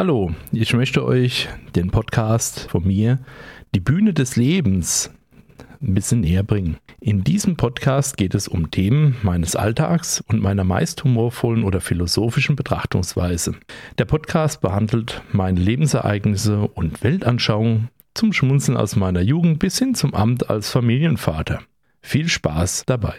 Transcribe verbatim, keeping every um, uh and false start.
Hallo, ich möchte euch den Podcast von mir, die Bühne des Lebens, ein bisschen näher bringen. In diesem Podcast geht es um Themen meines Alltags und meiner meist humorvollen oder philosophischen Betrachtungsweise. Der Podcast behandelt meine Lebensereignisse und Weltanschauung zum Schmunzeln aus meiner Jugend bis hin zum Amt als Familienvater. Viel Spaß dabei!